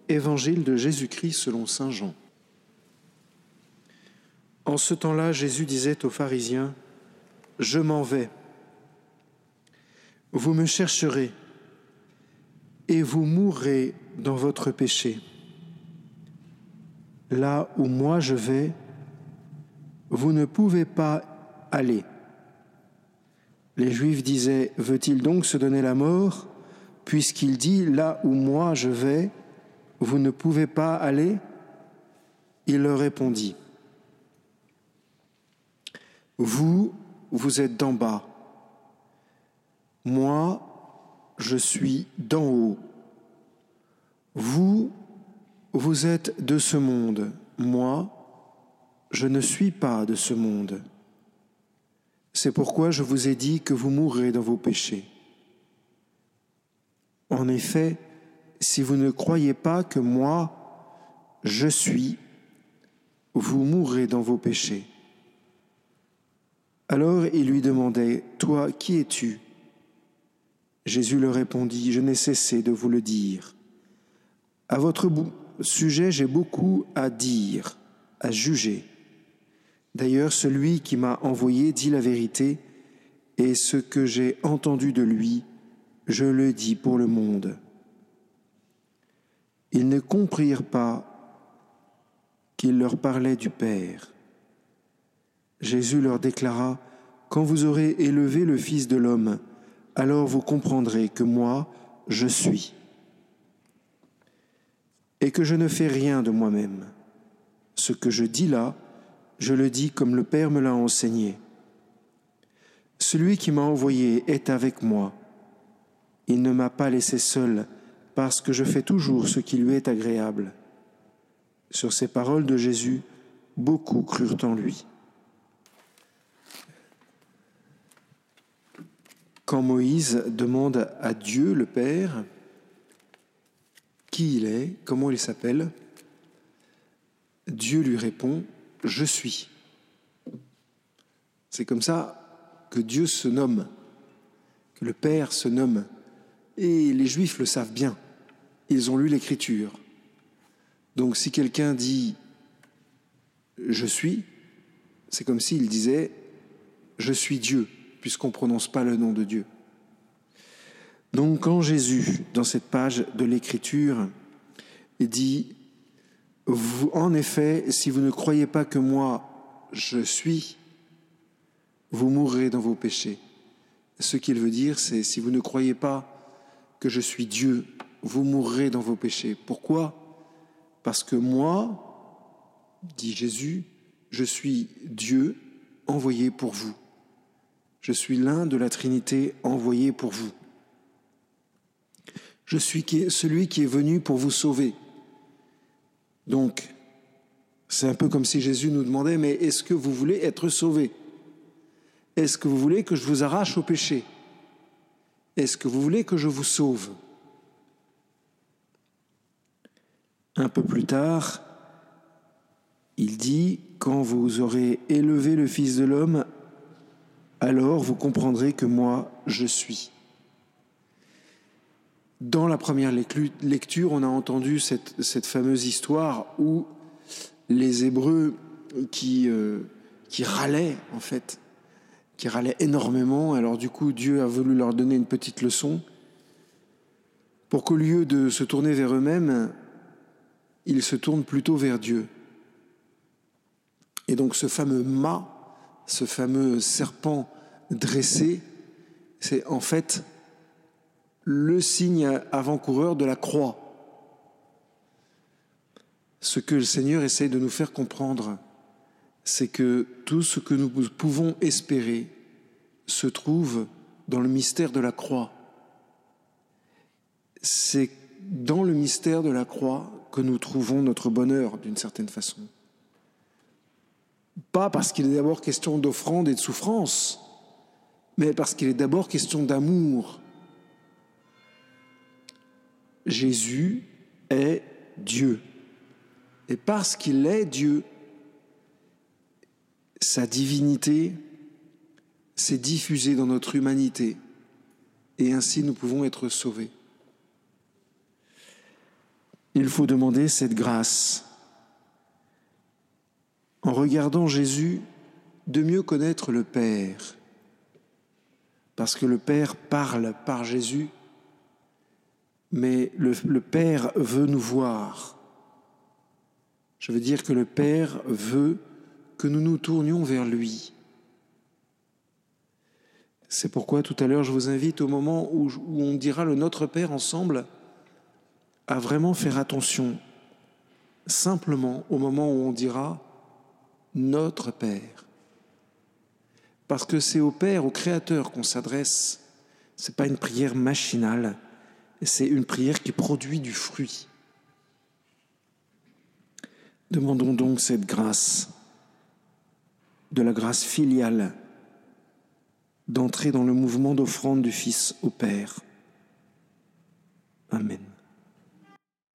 Évangile de Jésus-Christ selon saint Jean. En ce temps-là, Jésus disait aux pharisiens : « Je m'en vais. Vous me chercherez et vous mourrez dans votre péché. Là où moi je vais, vous ne pouvez pas aller. » Les Juifs disaient : « Veut-il donc se donner la mort, puisqu'il dit : Là où moi je vais, vous ne pouvez pas aller ?» Il leur répondit : « Vous êtes d'en bas. Moi, je suis d'en haut. Vous êtes de ce monde. Moi, je ne suis pas de ce monde. C'est pourquoi je vous ai dit que vous mourrez dans vos péchés. En effet, si vous ne croyez pas que moi, je suis, vous mourrez dans vos péchés. » Alors il lui demandait : « Toi, qui es-tu » Jésus leur répondit : « Je n'ai cessé de vous le dire. À votre sujet, j'ai beaucoup à dire, à juger. D'ailleurs, celui qui m'a envoyé dit la vérité, et ce que j'ai entendu de lui, je le dis pour le monde. » Ils ne comprirent pas qu'il leur parlait du Père. Jésus leur déclara : « Quand vous aurez élevé le Fils de l'homme, alors vous comprendrez que moi, je suis, et que je ne fais rien de moi-même. Ce que je dis là, je le dis comme le Père me l'a enseigné. Celui qui m'a envoyé est avec moi. Il ne m'a pas laissé seul, parce que je fais toujours ce qui lui est agréable. » Sur ces paroles de Jésus, beaucoup crurent en lui. Quand Moïse demande à Dieu, le Père, qui il est, comment il s'appelle, Dieu lui répond : « Je suis. » C'est comme ça que Dieu se nomme, que le Père se nomme. Et les Juifs le savent bien. Ils ont lu l'Écriture. Donc si quelqu'un dit « je suis », c'est comme s'il disait « je suis Dieu », puisqu'on ne prononce pas le nom de Dieu. Donc quand Jésus, dans cette page de l'Écriture, dit « En effet, si vous ne croyez pas que moi, je suis, vous mourrez dans vos péchés. » Ce qu'il veut dire, c'est « si vous ne croyez pas que je suis Dieu, vous mourrez dans vos péchés. » Pourquoi ? Parce que moi, dit Jésus, je suis Dieu envoyé pour vous. Je suis l'un de la Trinité envoyé pour vous. Je suis celui qui est venu pour vous sauver. Donc, c'est un peu comme si Jésus nous demandait : mais est-ce que vous voulez être sauvés ? Est-ce que vous voulez que je vous arrache au péché ? Est-ce que vous voulez que je vous sauve ? Un peu plus tard, il dit : quand vous aurez élevé le Fils de l'homme, alors vous comprendrez que moi, je suis. Dans la première lecture, on a entendu cette fameuse histoire où les Hébreux qui râlaient, en fait, qui râlaient énormément. Alors du coup, Dieu a voulu leur donner une petite leçon pour qu'au lieu de se tourner vers eux-mêmes, ils se tournent plutôt vers Dieu. Et donc ce fameux mât, ce fameux serpent dressé, c'est en fait le signe avant-coureur de la croix. Ce que le Seigneur essaie de nous faire comprendre, c'est que tout ce que nous pouvons espérer se trouve dans le mystère de la croix. C'est dans le mystère de la croix que nous trouvons notre bonheur, d'une certaine façon. Pas parce qu'il est d'abord question d'offrande et de souffrance, mais parce qu'il est d'abord question d'amour. Jésus est Dieu. Et parce qu'il est Dieu, sa divinité s'est diffusée dans notre humanité. Et ainsi nous pouvons être sauvés. il faut demander cette grâce. En regardant Jésus, de mieux connaître le Père. Parce que le Père parle par Jésus, mais le Père veut nous voir. Je veux dire que le Père veut que nous nous tournions vers lui. C'est pourquoi tout à l'heure, je vous invite au moment où on dira le Notre Père ensemble, à vraiment faire attention, simplement au moment où on dira Notre Père. Parce que c'est au Père, au Créateur qu'on s'adresse. Ce n'est pas une prière machinale, c'est une prière qui produit du fruit. Demandons donc cette grâce, de la grâce filiale, d'entrer dans le mouvement d'offrande du Fils au Père. Amen.